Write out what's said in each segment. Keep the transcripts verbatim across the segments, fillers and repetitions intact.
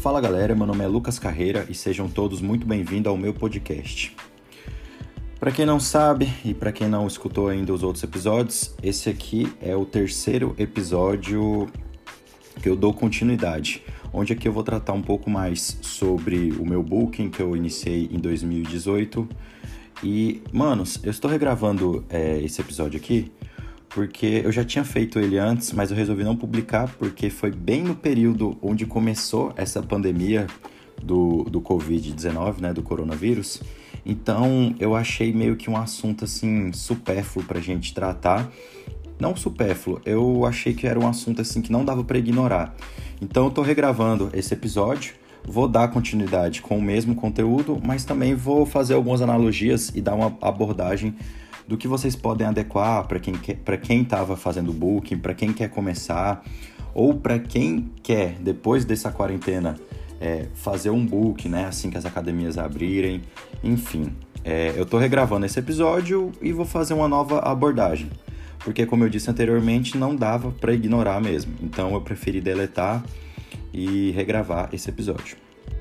Fala galera, meu nome é Lucas Carreira e sejam todos muito bem-vindos ao meu podcast. Para quem não sabe e para quem não escutou ainda os outros episódios, esse aqui é o terceiro episódio que eu dou continuidade, onde aqui eu vou tratar um pouco mais sobre o meu booking que eu iniciei em dois mil e dezoito. E, manos, eu estou regravando é, esse episódio aqui porque eu já tinha feito ele antes, mas eu resolvi não publicar porque foi bem no período onde começou essa pandemia do, do covid dezenove, né, do coronavírus. Então eu achei meio que um assunto assim supérfluo pra gente tratar. Não supérfluo, eu achei que era um assunto assim que não dava pra ignorar. Então eu tô regravando esse episódio, vou dar continuidade com o mesmo conteúdo, mas também vou fazer algumas analogias e dar uma abordagem do que vocês podem adequar para quem quer, para quem estava fazendo booking, para quem quer começar, ou para quem quer, depois dessa quarentena, é, fazer um booking, né, assim que as academias abrirem. Enfim, é, eu estou regravando esse episódio e vou fazer uma nova abordagem, porque, como eu disse anteriormente, não dava para ignorar mesmo. Então eu preferi deletar e regravar esse episódio.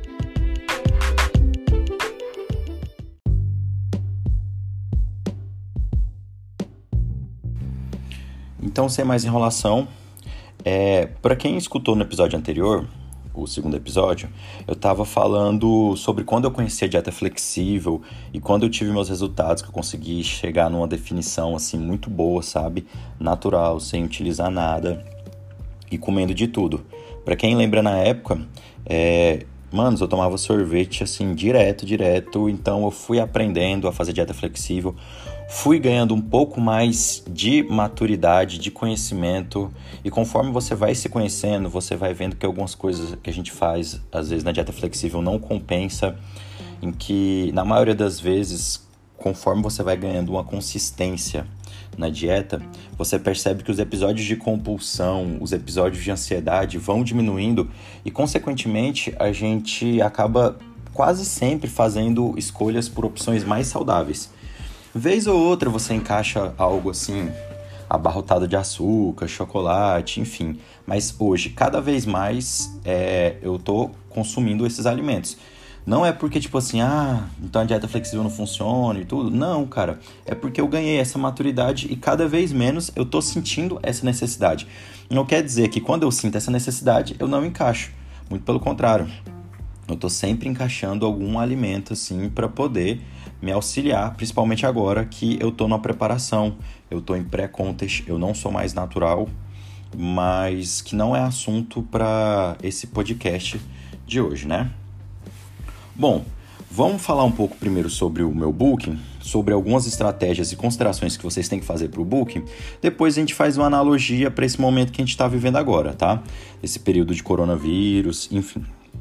Então, sem mais enrolação, é, para quem escutou no episódio anterior, o segundo episódio, eu estava falando sobre quando eu conheci a dieta flexível e quando eu tive meus resultados, que eu consegui chegar numa definição assim muito boa, sabe? Natural, sem utilizar nada e comendo de tudo. Para quem lembra na época, é, manos, eu tomava sorvete assim direto, direto, então eu fui aprendendo a fazer dieta flexível. Fui ganhando um pouco mais de maturidade, de conhecimento, e conforme você vai se conhecendo, você vai vendo que algumas coisas que a gente faz, às vezes na dieta flexível, não compensa, em que, na maioria das vezes, conforme você vai ganhando uma consistência na dieta, você percebe que os episódios de compulsão, os episódios de ansiedade vão diminuindo e, consequentemente, a gente acaba quase sempre fazendo escolhas por opções mais saudáveis. Vez ou outra você encaixa algo assim, abarrotado de açúcar, chocolate, enfim. Mas hoje, cada vez mais, é, eu tô consumindo esses alimentos. Não é porque, tipo assim, ah, então a dieta flexível não funciona e tudo. Não, cara. É porque eu ganhei essa maturidade e cada vez menos eu tô sentindo essa necessidade. Não quer dizer que quando eu sinto essa necessidade, eu não encaixo. Muito pelo contrário. Eu tô sempre encaixando algum alimento, assim, para poder me auxiliar, principalmente agora que eu tô na preparação, eu tô em pré-contest, eu não sou mais natural, mas que não é assunto para esse podcast de hoje, né? Bom, vamos falar um pouco primeiro sobre o meu booking, sobre algumas estratégias e considerações que vocês têm que fazer para o booking. Depois a gente faz uma analogia para esse momento que a gente está vivendo agora, tá? Esse período de coronavírus, enfim.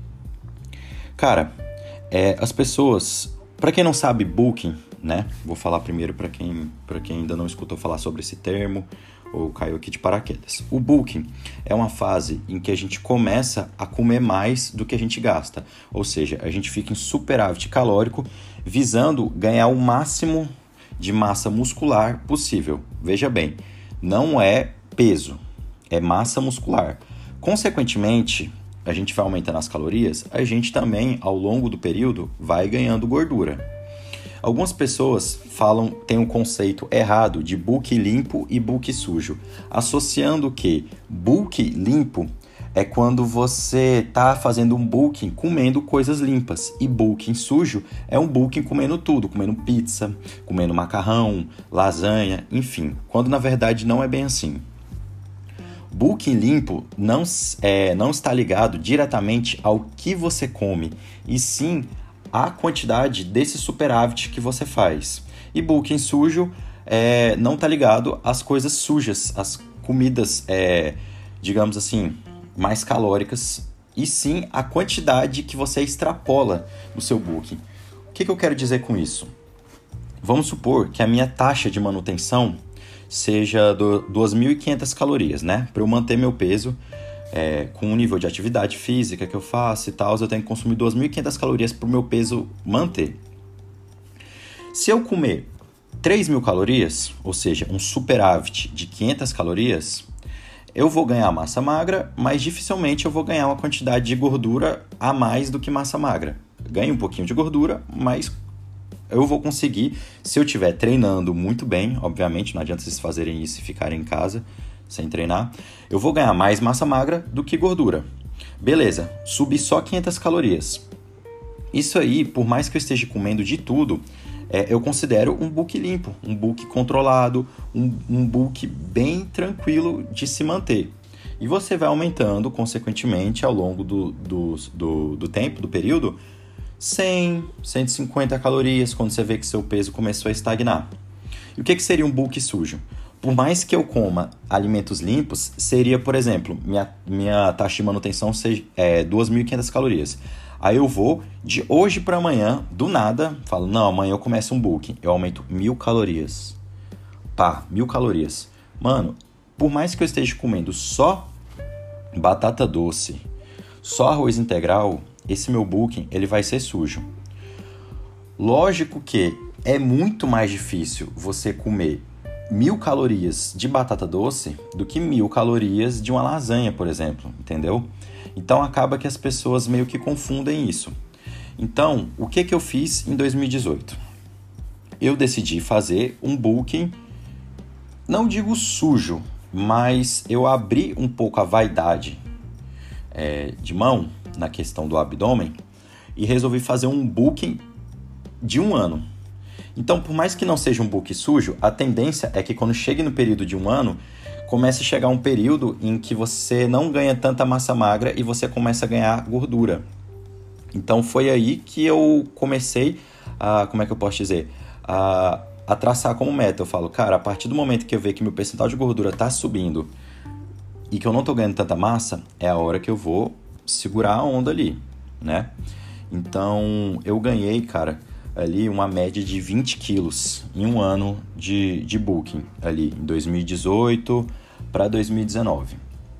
Cara, é, as pessoas... Para quem não sabe, booking, né? Vou falar primeiro para quem, para quem ainda não escutou falar sobre esse termo ou caiu aqui de paraquedas. O booking é uma fase em que a gente começa a comer mais do que a gente gasta. Ou seja, a gente fica em superávit calórico visando ganhar o máximo de massa muscular possível. Veja bem, não é peso, é massa muscular. Consequentemente, a gente vai aumentando as calorias, a gente também, ao longo do período, vai ganhando gordura. Algumas pessoas falam, tem um conceito errado de bulk limpo e bulk sujo, associando que bulk limpo é quando você está fazendo um bulking comendo coisas limpas, e bulking sujo é um bulking comendo tudo, comendo pizza, comendo macarrão, lasanha, enfim, quando na verdade não é bem assim. Bulking limpo não, é, não está ligado diretamente ao que você come, e sim à quantidade desse superávit que você faz. E bulking sujo é, não está ligado às coisas sujas, às comidas, é, digamos assim, mais calóricas, e sim à quantidade que você extrapola no seu bulking. O que, que eu quero dizer com isso? Vamos supor que a minha taxa de manutenção seja do, duas mil e quinhentas calorias, né? Para eu manter meu peso, é, com o nível de atividade física que eu faço e tal, eu tenho que consumir duas mil e quinhentas calorias para o meu peso manter. Se eu comer três mil calorias, ou seja, um superávit de quinhentas calorias, eu vou ganhar massa magra, mas dificilmente eu vou ganhar uma quantidade de gordura a mais do que massa magra. Ganho um pouquinho de gordura, mas eu vou conseguir, se eu estiver treinando muito bem, obviamente, não adianta vocês fazerem isso e ficarem em casa sem treinar, eu vou ganhar mais massa magra do que gordura. Beleza, subi só quinhentas calorias. Isso aí, por mais que eu esteja comendo de tudo, é, eu considero um book limpo, um book controlado, um, um book bem tranquilo de se manter. E você vai aumentando, consequentemente, ao longo do, do, do, do tempo, do período, cem, cento e cinquenta calorias, quando você vê que seu peso começou a estagnar. E o que, que seria um book sujo? Por mais que eu coma alimentos limpos, seria, por exemplo, minha, minha taxa de manutenção seja é, duas mil e quinhentas calorias. Aí eu vou, de hoje para amanhã, do nada, falo, não, amanhã eu começo um book, eu aumento mil calorias. Pá, mil calorias. Mano, por mais que eu esteja comendo só batata doce, só arroz integral, esse meu booking, ele vai ser sujo. Lógico que é muito mais difícil você comer mil calorias de batata doce do que mil calorias de uma lasanha, por exemplo, entendeu? Então acaba que as pessoas meio que confundem isso. Então, o que que eu fiz em dois mil e dezoito? Eu decidi fazer um booking, não digo sujo, mas eu abri um pouco a vaidade é, de mão na questão do abdômen e resolvi fazer um booking de um ano. Então, por mais que não seja um book sujo, a tendência é que quando chegue no período de um ano, comece a chegar um período em que você não ganha tanta massa magra e você começa a ganhar gordura. Então, foi aí que eu comecei a, como é que eu posso dizer, a, a traçar como meta. Eu falo, cara, a partir do momento que eu ver que meu percentual de gordura está subindo e que eu não estou ganhando tanta massa, é a hora que eu vou segurar a onda ali, né? Então, eu ganhei, cara, ali uma média de vinte quilos em um ano de, de booking, ali em dois mil e dezoito para dois mil e dezenove.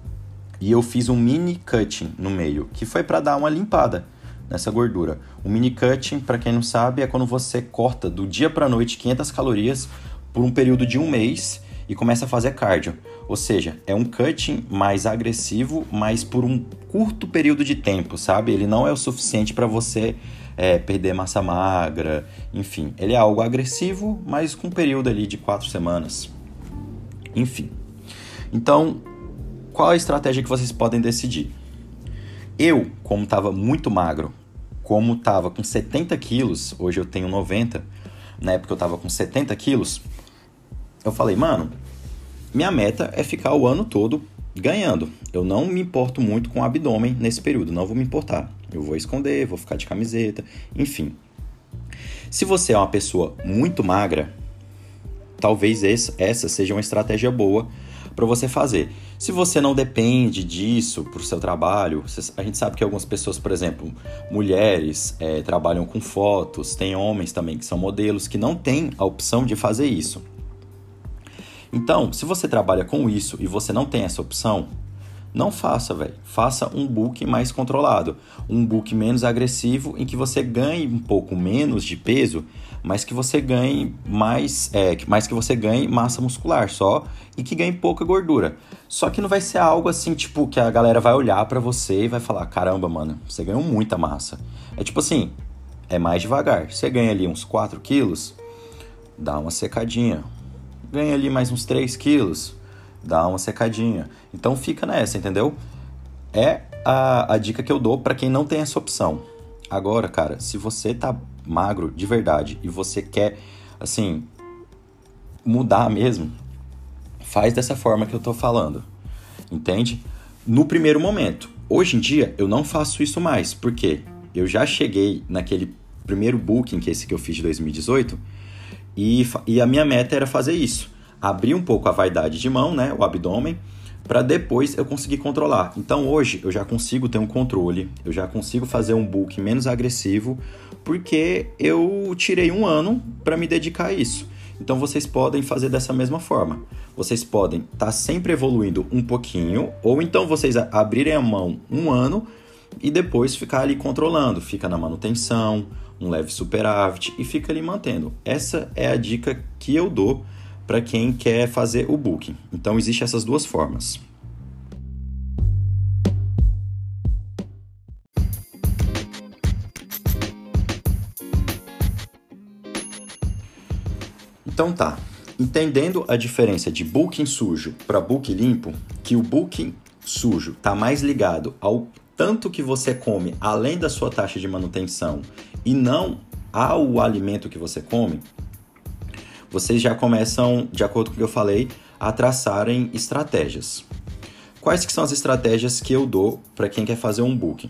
E eu fiz um mini cutting no meio, que foi para dar uma limpada nessa gordura. O mini cutting, para quem não sabe, é quando você corta do dia para a noite quinhentas calorias por um período de um mês e começa a fazer cardio. Ou seja, é um cutting mais agressivo, mas por um curto período de tempo, sabe? Ele não é o suficiente para você É, perder massa magra, enfim. Ele é algo agressivo, mas com um período ali de quatro semanas. Enfim. Então, qual a estratégia que vocês podem decidir? Eu, como estava muito magro, como estava com setenta quilos, hoje eu tenho noventa, na época eu estava com setenta quilos, eu falei, mano, minha meta é ficar o ano todo ganhando. Eu não me importo muito com o abdômen nesse período, não vou me importar. Eu vou esconder, vou ficar de camiseta, enfim. Se você é uma pessoa muito magra, talvez essa seja uma estratégia boa para você fazer. Se você não depende disso para o seu trabalho, a gente sabe que algumas pessoas, por exemplo, mulheres é, trabalham com fotos, tem homens também que são modelos, que não têm a opção de fazer isso. Então, se você trabalha com isso e você não tem essa opção, não faça, velho. Faça um book mais controlado. Um book menos agressivo, em que você ganhe um pouco menos de peso, mas que você ganhe mais, é, mais que você ganhe massa muscular só e que ganhe pouca gordura. Só que não vai ser algo assim, tipo, que a galera vai olhar pra você e vai falar, caramba, mano, você ganhou muita massa. É tipo assim, é mais devagar. Você ganha ali uns quatro quilos, dá uma secadinha. Ganha ali mais uns três quilos, dá uma secadinha. Então fica nessa, entendeu? É a, a dica que eu dou para quem não tem essa opção. Agora, cara, se você tá magro de verdade e você quer, assim, mudar mesmo, faz dessa forma que eu tô falando, entende? No primeiro momento. Hoje em dia, eu não faço isso mais, porque eu já cheguei naquele primeiro booking, que é esse que eu fiz de dois mil e dezoito, e, e a minha meta era fazer isso. Abrir um pouco a vaidade de mão, né, o abdômen, para depois eu conseguir controlar. Então hoje eu já consigo ter um controle, eu já consigo fazer um book menos agressivo, porque eu tirei um ano para me dedicar a isso. Então vocês podem fazer dessa mesma forma. Vocês podem estar tá sempre evoluindo um pouquinho, ou então vocês abrirem a mão um ano e depois ficar ali controlando. Fica na manutenção, um leve superávit e fica ali mantendo. Essa é a dica que eu dou para quem quer fazer o booking. Então, existem essas duas formas. Então tá, entendendo a diferença de booking sujo para booking limpo, que o booking sujo está mais ligado ao tanto que você come além da sua taxa de manutenção e não ao alimento que você come, vocês já começam, de acordo com o que eu falei, a traçarem estratégias. Quais que são as estratégias que eu dou para quem quer fazer um booking?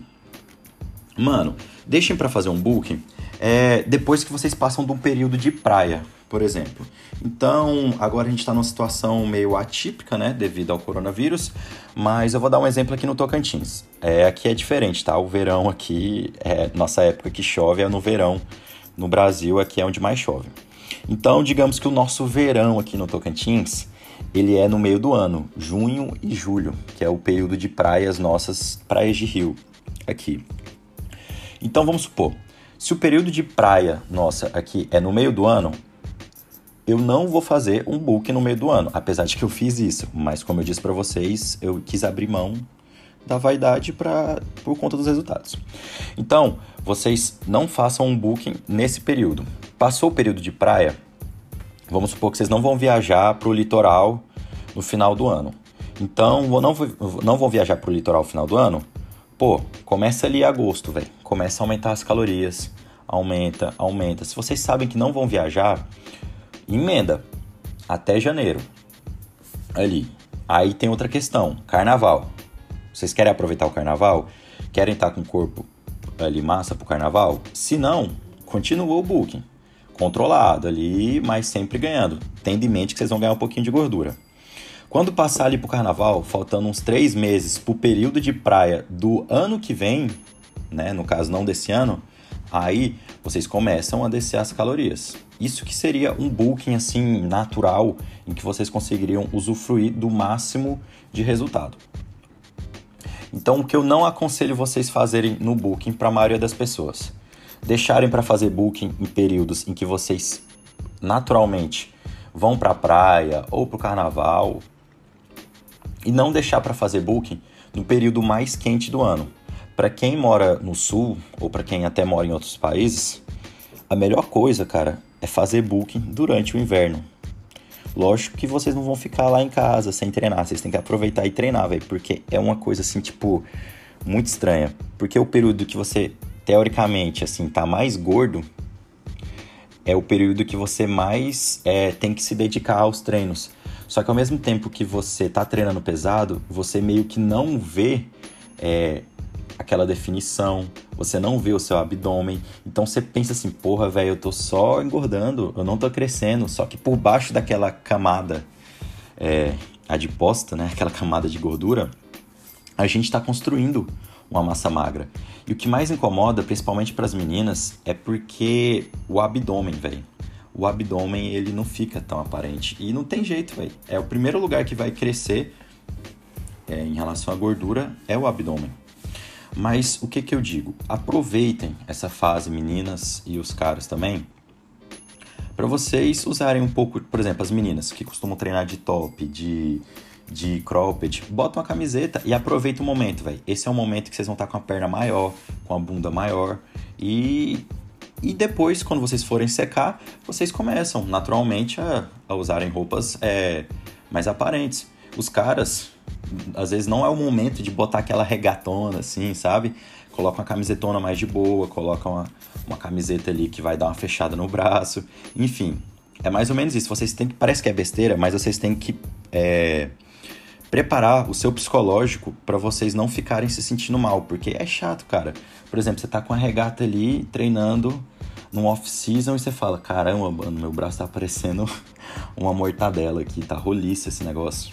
Mano, deixem para fazer um booking é, depois que vocês passam de um período de praia, por exemplo. Então, agora a gente está numa situação meio atípica, né, devido ao coronavírus, mas eu vou dar um exemplo aqui no Tocantins. É, aqui é diferente, tá? O verão aqui, é, nossa época que chove é no verão. No Brasil, aqui é onde mais chove. Então, digamos que o nosso verão aqui no Tocantins, ele é no meio do ano, junho e julho, que é o período de praias nossas, praias de rio, aqui. Então, vamos supor, se o período de praia nossa aqui é no meio do ano, eu não vou fazer um booking no meio do ano, apesar de que eu fiz isso. Mas, como eu disse para vocês, eu quis abrir mão da vaidade pra, por conta dos resultados. Então, vocês não façam um booking nesse período. Passou o período de praia, vamos supor que vocês não vão viajar para o litoral no final do ano. Então, não, não vão viajar para o litoral no final do ano? Pô, começa ali em agosto, velho. Começa a aumentar as calorias. Aumenta, aumenta. Se vocês sabem que não vão viajar, emenda até janeiro. Ali. Aí tem outra questão. Carnaval. Vocês querem aproveitar o carnaval? Querem estar com o corpo ali massa pro carnaval? Se não, continua o booking. Controlado ali, mas sempre ganhando. Tendo em mente que vocês vão ganhar um pouquinho de gordura. Quando passar ali pro carnaval, faltando uns três meses pro período de praia do ano que vem, né? No caso não desse ano, aí vocês começam a descer as calorias. Isso que seria um booking assim natural, em que vocês conseguiriam usufruir do máximo de resultado. Então, o que eu não aconselho vocês fazerem no booking para a maioria das pessoas, deixarem para fazer booking em períodos em que vocês naturalmente vão para a praia ou para o carnaval, e não deixar para fazer booking no período mais quente do ano. Para quem mora no sul ou para quem até mora em outros países, a melhor coisa, cara, é fazer booking durante o inverno. Lógico que vocês não vão ficar lá em casa sem treinar, vocês têm que aproveitar e treinar, velho, porque é uma coisa assim, tipo, muito estranha. Porque o período que você, teoricamente, assim, tá mais gordo, é o período que você mais é, tem que se dedicar aos treinos. Só que ao mesmo tempo que você tá treinando pesado, você meio que não vê é, aquela definição, você não vê o seu abdômen. Então você pensa assim, porra, velho, eu tô só engordando, eu não tô crescendo. Só que por baixo daquela camada é, adiposta, né, aquela camada de gordura, a gente tá construindo uma massa magra. E o que mais incomoda, principalmente para as meninas, é porque o abdômen, velho. O abdômen, ele não fica tão aparente. E não tem jeito, velho. É o primeiro lugar que vai crescer é, em relação à gordura, é o abdômen. Mas o que que eu digo? Aproveitem essa fase, meninas e os caras também, para vocês usarem um pouco, por exemplo, as meninas que costumam treinar de top, de, de cropped, botam a camiseta e aproveitem o momento, velho. Esse é o momento que vocês vão estar com a perna maior, com a bunda maior e... E depois, quando vocês forem secar, vocês começam naturalmente a, a usarem roupas é, mais aparentes. Os caras, às vezes não é o momento de botar aquela regatona assim, sabe? Colocam uma camisetona mais de boa, colocam uma, uma camiseta ali que vai dar uma fechada no braço. Enfim, é mais ou menos isso. Vocês têm que, parece que é besteira, mas vocês têm que é, preparar o seu psicológico para vocês não ficarem se sentindo mal, porque é chato, cara. Por exemplo, você tá com a regata ali, treinando num off-season e você fala, caramba, mano, meu braço tá parecendo uma mortadela aqui, tá roliço esse negócio.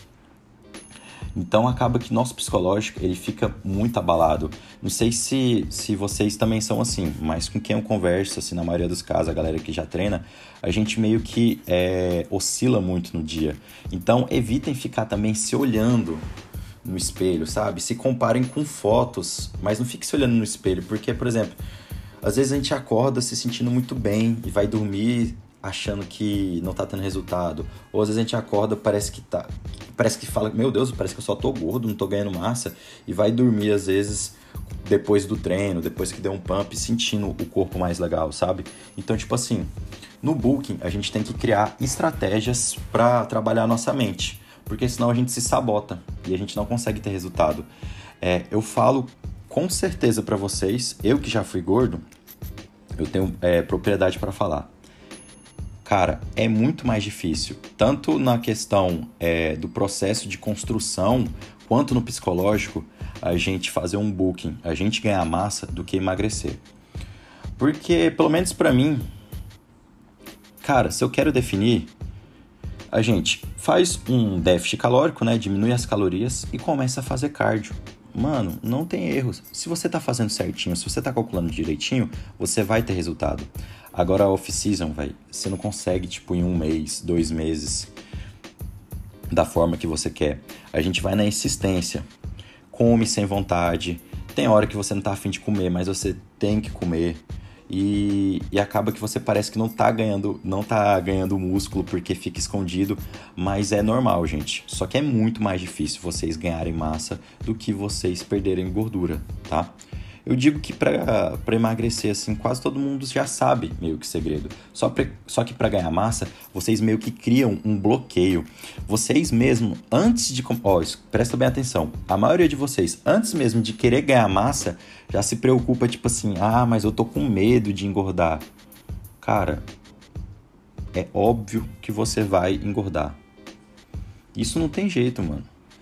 Então acaba que nosso psicológico, ele fica muito abalado. Não sei se, se vocês também são assim, mas com quem eu converso, assim, na maioria dos casos, a galera que já treina, a gente meio que é, oscila muito no dia. Então evitem ficar também se olhando no espelho, sabe? Se comparem com fotos, mas não fique se olhando no espelho, porque, por exemplo, às vezes a gente acorda se sentindo muito bem e vai dormir achando que não tá tendo resultado, ou às vezes a gente acorda, parece que tá, parece que fala, meu Deus, parece que eu só tô gordo, não tô ganhando massa, e vai dormir às vezes depois do treino, depois que deu um pump, sentindo o corpo mais legal, sabe? Então, tipo assim, no bulking a gente tem que criar estratégias para trabalhar a nossa mente, porque senão a gente se sabota e a gente não consegue ter resultado. É, eu falo com certeza para vocês, eu que já fui gordo, eu tenho é, propriedade para falar. Cara, é muito mais difícil, tanto na questão é, do processo de construção, quanto no psicológico, a gente fazer um bulking, a gente ganhar massa do que emagrecer. Porque, pelo menos pra mim, cara, se eu quero definir, a gente faz um déficit calórico, né, diminui as calorias e começa a fazer cardio. Mano, não tem erros. Se você tá fazendo certinho, se você tá calculando direitinho, você vai ter resultado. Agora, a off-season, velho, você não consegue, tipo, em um mês, dois meses, da forma que você quer. A gente vai na insistência. Come sem vontade. Tem hora que você não tá afim de comer, mas você tem que comer. E, e acaba que você parece que não tá ganhando, não tá ganhando músculo porque fica escondido, mas é normal, gente. Só que é muito mais difícil vocês ganharem massa do que vocês perderem gordura, tá? Eu digo que pra, pra emagrecer, assim, quase todo mundo já sabe meio que segredo. Só, pra, só que pra ganhar massa, vocês meio que criam um bloqueio. Vocês mesmo, antes de... Ó, presta bem atenção. A maioria de vocês, antes mesmo de querer ganhar massa, já se preocupa, tipo assim, ah, mas eu tô com medo de engordar. Cara, é óbvio que você vai engordar. Isso não tem jeito, mano.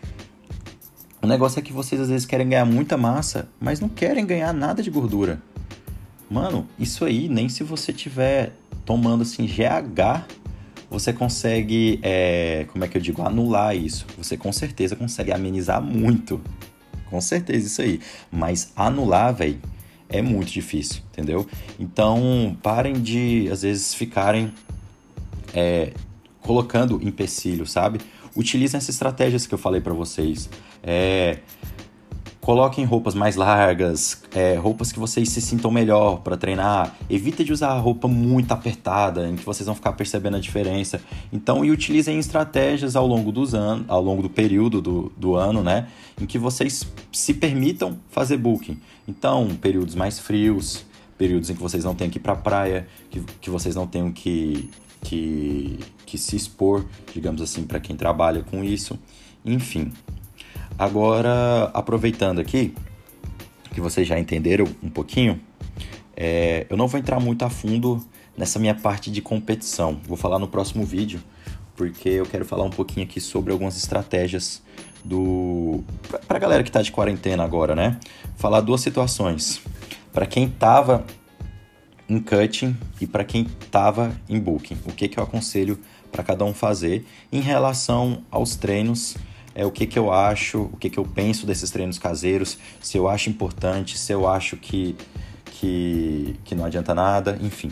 O negócio é que vocês às vezes querem ganhar muita massa, mas não querem ganhar nada de gordura. Mano, isso aí, nem se você tiver tomando assim G H, você consegue, é, como é que eu digo, anular isso. Você com certeza consegue amenizar muito. Com certeza isso aí. Mas anular, velho, é muito difícil, entendeu? Então, parem de, às vezes, ficarem é, colocando empecilho, sabe? Utilizem essas estratégias que eu falei pra vocês. É, coloquem roupas mais largas, é, roupas que vocês se sintam melhor para treinar. Evita de usar roupa muito apertada, em que vocês vão ficar percebendo a diferença. Então, e utilizem estratégias ao longo dos anos, ao longo do período do, do ano, né? Em que vocês se permitam fazer bulking. Então, períodos mais frios, períodos em que vocês não tenham que ir pra praia, que, que vocês não tenham que... Que, que se expor, digamos assim, para quem trabalha com isso. Enfim. Agora, aproveitando aqui, que vocês já entenderam um pouquinho, é, eu não vou entrar muito a fundo nessa minha parte de competição. Vou falar no próximo vídeo, porque eu quero falar um pouquinho aqui sobre algumas estratégias do... para a galera que está de quarentena agora, né? Falar duas situações. Para quem estava em cutting e para quem estava em bulking. O que, que eu aconselho para cada um fazer em relação aos treinos, é o que, que eu acho, o que, que eu penso desses treinos caseiros, se eu acho importante, se eu acho que, que, que não adianta nada, enfim.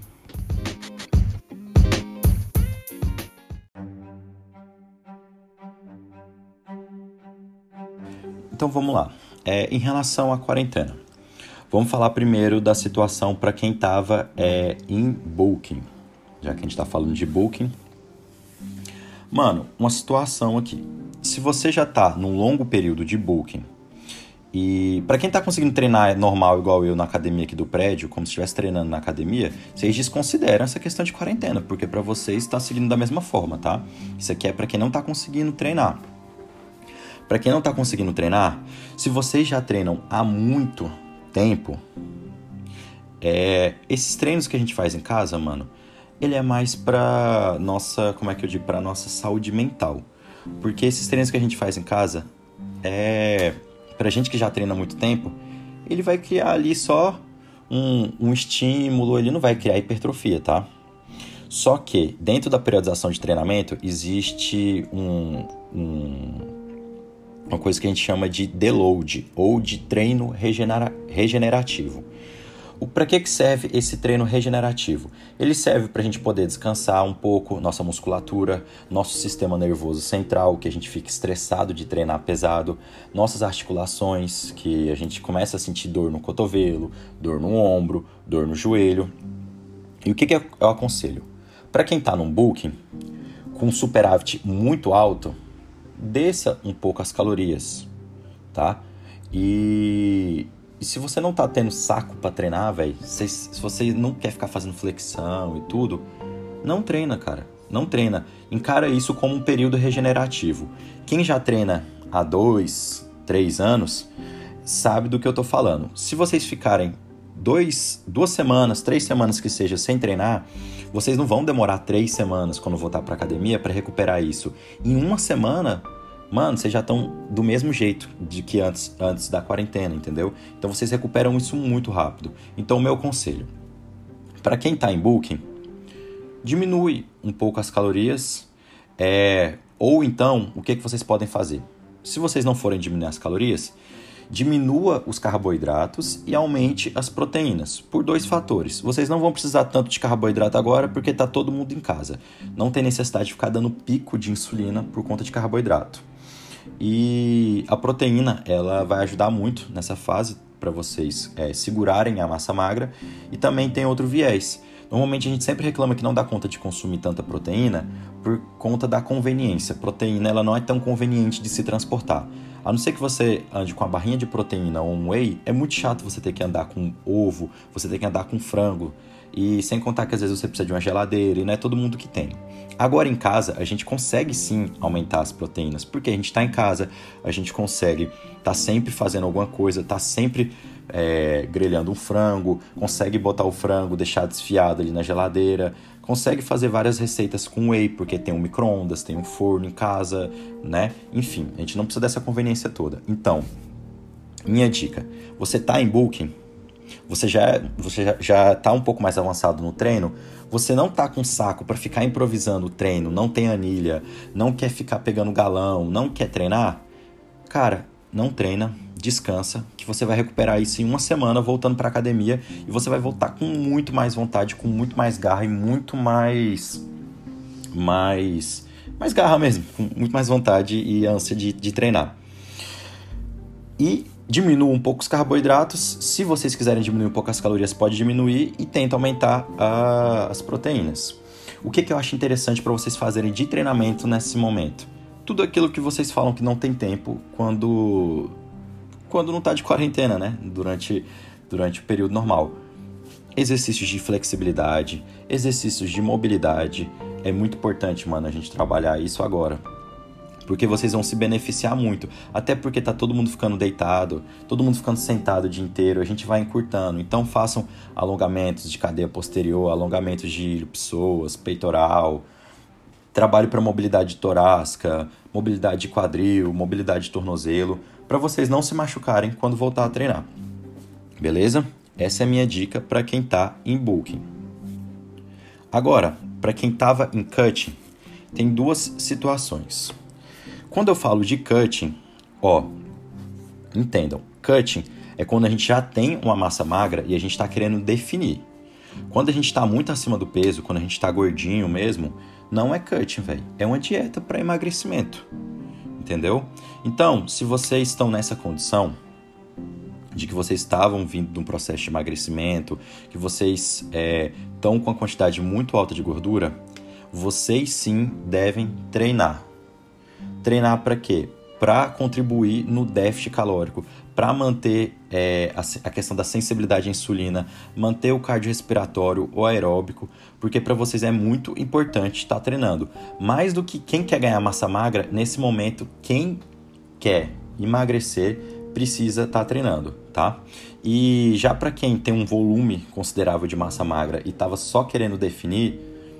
Então vamos lá. É, em relação à quarentena. Vamos falar primeiro da situação para quem estava é, em bulking. Já que a gente está falando de bulking. Mano, uma situação aqui. Se você já está num longo período de bulking, e para quem está conseguindo treinar normal igual eu na academia aqui do prédio, como se estivesse treinando na academia, vocês desconsideram essa questão de quarentena, porque para vocês está seguindo da mesma forma, tá? Isso aqui é para quem não está conseguindo treinar. Para quem não está conseguindo treinar, se vocês já treinam há muito tempo, é, esses treinos que a gente faz em casa, mano, ele é mais pra nossa, como é que eu digo, pra nossa saúde mental, porque esses treinos que a gente faz em casa, é, pra gente que já treina há muito tempo, ele vai criar ali só um, um estímulo, ele não vai criar hipertrofia, tá? Só que dentro da periodização de treinamento existe um, um uma coisa que a gente chama de deload, ou de treino regenera- regenerativo. Para que, que serve esse treino regenerativo? Ele serve para a gente poder descansar um pouco nossa musculatura, nosso sistema nervoso central, que a gente fica estressado de treinar pesado, nossas articulações, que a gente começa a sentir dor no cotovelo, dor no ombro, dor no joelho. E o que, que eu aconselho? Para quem está num bulking, com um superávit muito alto, desça um pouco as calorias, tá? E, e se você não tá tendo saco pra treinar, velho, se, se você não quer ficar fazendo flexão e tudo, não treina, cara. Não treina. Encara isso como um período regenerativo. Quem já treina há dois, três anos, sabe do que eu tô falando. Se vocês ficarem dois, duas semanas, três semanas que seja sem treinar, vocês não vão demorar três semanas quando voltar pra academia para recuperar isso. Em uma semana, mano, vocês já estão do mesmo jeito de que antes, antes da quarentena, entendeu? Então vocês recuperam isso muito rápido. Então o meu conselho, para quem tá em booking, diminui um pouco as calorias, é, ou então, o que, que vocês podem fazer? Se vocês não forem diminuir as calorias, diminua os carboidratos e aumente as proteínas, por dois fatores. Vocês não vão precisar tanto de carboidrato agora porque está todo mundo em casa. Não tem necessidade de ficar dando pico de insulina por conta de carboidrato. E a proteína, ela vai ajudar muito nessa fase para vocês é, segurarem a massa magra. E também tem outro viés. Normalmente a gente sempre reclama que não dá conta de consumir tanta proteína por conta da conveniência. Proteína, ela não é tão conveniente de se transportar. A não ser que você ande com a barrinha de proteína ou um whey, é muito chato você ter que andar com ovo, você ter que andar com frango. E sem contar que às vezes você precisa de uma geladeira e não é todo mundo que tem. Agora em casa, a gente consegue sim aumentar as proteínas, porque a gente está em casa, a gente consegue estar tá sempre fazendo alguma coisa, tá sempre é, grelhando um frango, consegue botar o frango, deixar desfiado ali na geladeira, consegue fazer várias receitas com whey, porque tem um micro-ondas, tem um forno em casa, né? Enfim, a gente não precisa dessa conveniência toda. Então, minha dica, você tá em booking, você já você já, já tá um pouco mais avançado no treino, você não tá com saco para ficar improvisando o treino, não tem anilha, não quer ficar pegando galão, não quer treinar, cara, não treina, descansa, que você vai recuperar isso em uma semana voltando para academia e você vai voltar com muito mais vontade, com muito mais garra e muito mais mais mais garra mesmo, com muito mais vontade e ânsia de, de treinar. E diminua um pouco os carboidratos. Se vocês quiserem diminuir um pouco as calorias, pode diminuir e tenta aumentar a, as proteínas. O que, que eu acho interessante para vocês fazerem de treinamento nesse momento? Tudo aquilo que vocês falam que não tem tempo quando, quando não está de quarentena, né? Durante, durante o período normal. Exercícios de flexibilidade, exercícios de mobilidade. É muito importante, mano, a gente trabalhar isso agora. Porque vocês vão se beneficiar muito. Até porque tá todo mundo ficando deitado, todo mundo ficando sentado o dia inteiro, a gente vai encurtando. Então façam alongamentos de cadeia posterior, alongamentos de psoas, peitoral, trabalho para mobilidade torácica, mobilidade de quadril, mobilidade de tornozelo, para vocês não se machucarem quando voltar a treinar. Beleza? Essa é a minha dica para quem tá em bulking. Agora, para quem tava em cutting, tem duas situações. Quando eu falo de cutting, ó, entendam, cutting é quando a gente já tem uma massa magra e a gente está querendo definir. Quando a gente está muito acima do peso, quando a gente está gordinho mesmo, não é cutting, velho. É uma dieta para emagrecimento, entendeu? Então, se vocês estão nessa condição de que vocês estavam vindo de um processo de emagrecimento, que vocês estão é, com a quantidade muito alta de gordura, vocês sim devem treinar. Treinar para quê? Para contribuir no déficit calórico, para manter é, a, a questão da sensibilidade à insulina, manter o cardiorrespiratório ou aeróbico, porque para vocês é muito importante estar treinando. Mais do que quem quer ganhar massa magra, nesse momento, quem quer emagrecer precisa estar treinando, tá? E já para quem tem um volume considerável de massa magra e estava só querendo definir,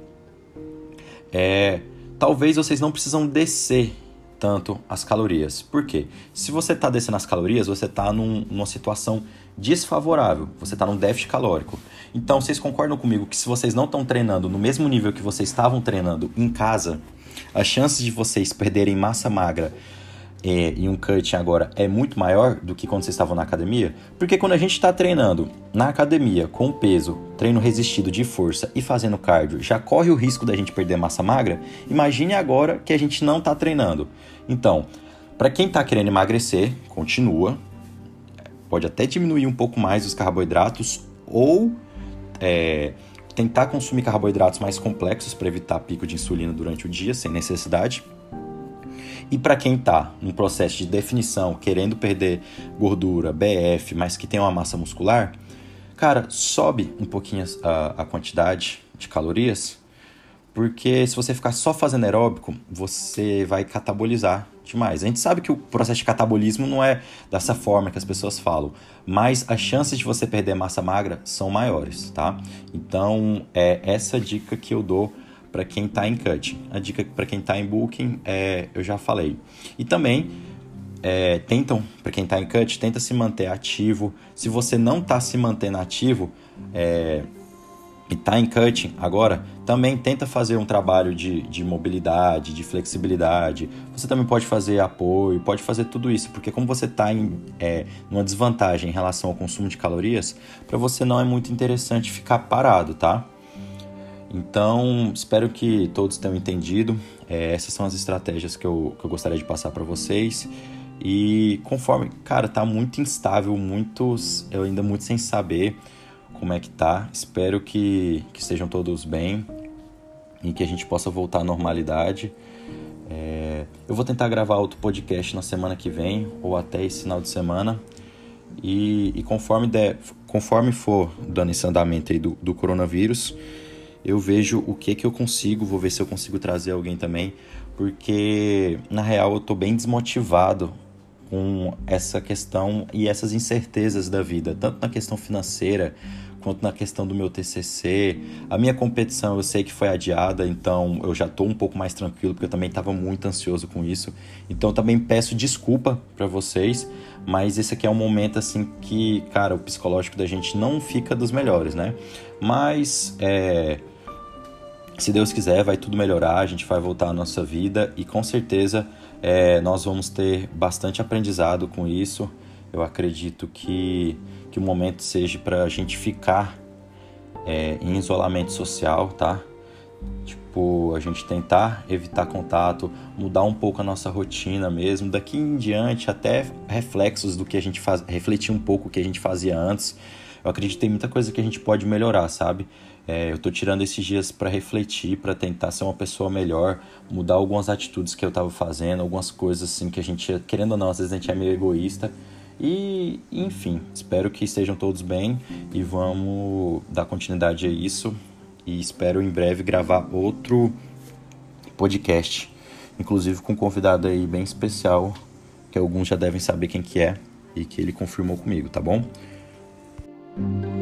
é, talvez vocês não precisam descer tanto as calorias. Por quê? Se você está descendo as calorias, você está num, numa situação desfavorável, você está num déficit calórico. Então, vocês concordam comigo que se vocês não estão treinando no mesmo nível que vocês estavam treinando em casa, as chances de vocês perderem massa magra é, em um cutting agora é muito maior do que quando vocês estavam na academia? Porque quando a gente está treinando na academia com peso, treino resistido de força e fazendo cardio, já corre o risco da gente perder massa magra. Imagine agora que a gente não está treinando. Então, para quem está querendo emagrecer, continua. Pode até diminuir um pouco mais os carboidratos ou é, tentar consumir carboidratos mais complexos para evitar pico de insulina durante o dia, sem necessidade. E para quem está num processo de definição, querendo perder gordura, B F, mas que tem uma massa muscular, cara, sobe um pouquinho a, a quantidade de calorias, porque se você ficar só fazendo aeróbico, você vai catabolizar demais. A gente sabe que o processo de catabolismo não é dessa forma que as pessoas falam, mas as chances de você perder massa magra são maiores, tá? Então, é essa dica que eu dou para quem está em cutting. A dica para quem está em bulking, é, eu já falei. E também, é, tentam, para quem está em cut, tenta se manter ativo. Se você não está se mantendo ativo, é, e está em cutting agora, também tenta fazer um trabalho de, de mobilidade, de flexibilidade. Você também pode fazer apoio, pode fazer tudo isso, porque como você está em é, uma desvantagem em relação ao consumo de calorias, para você não é muito interessante ficar parado, tá? Então, espero que todos tenham entendido. É, essas são as estratégias que eu, que eu gostaria de passar para vocês. E conforme, cara, tá muito instável, muitos, eu ainda muito sem saber como é que tá. Espero que, que estejam todos bem e que a gente possa voltar à normalidade. É, eu vou tentar gravar outro podcast na semana que vem ou até esse final de semana. E, e conforme, der, conforme for dando esse andamento aí do, do coronavírus, eu vejo o que que eu consigo, vou ver se eu consigo trazer alguém também, porque na real eu tô bem desmotivado com essa questão e essas incertezas da vida, tanto na questão financeira quanto na questão do meu T C C. A minha competição eu sei que foi adiada, então eu já estou um pouco mais tranquilo, porque eu também estava muito ansioso com isso. Então eu também peço desculpa para vocês, mas esse aqui é um momento assim que, cara, o psicológico da gente não fica dos melhores, né? Mas, é, se Deus quiser, vai tudo melhorar, a gente vai voltar à nossa vida e com certeza é, nós vamos ter bastante aprendizado com isso. Eu acredito que, que o momento seja para a gente ficar é, em isolamento social, tá? Tipo, a gente tentar evitar contato, mudar um pouco a nossa rotina mesmo. Daqui em diante, até reflexos do que a gente faz, refletir um pouco o que a gente fazia antes. Eu acredito que tem muita coisa que a gente pode melhorar, sabe? É, eu tô tirando esses dias para refletir, para tentar ser uma pessoa melhor, mudar algumas atitudes que eu tava fazendo, algumas coisas assim que a gente, querendo ou não, às vezes a gente é meio egoísta. E, enfim, espero que estejam todos bem e vamos dar continuidade a isso. E espero em breve gravar outro podcast, inclusive com um convidado aí bem especial, que alguns já devem saber quem que é e que ele confirmou comigo, tá bom?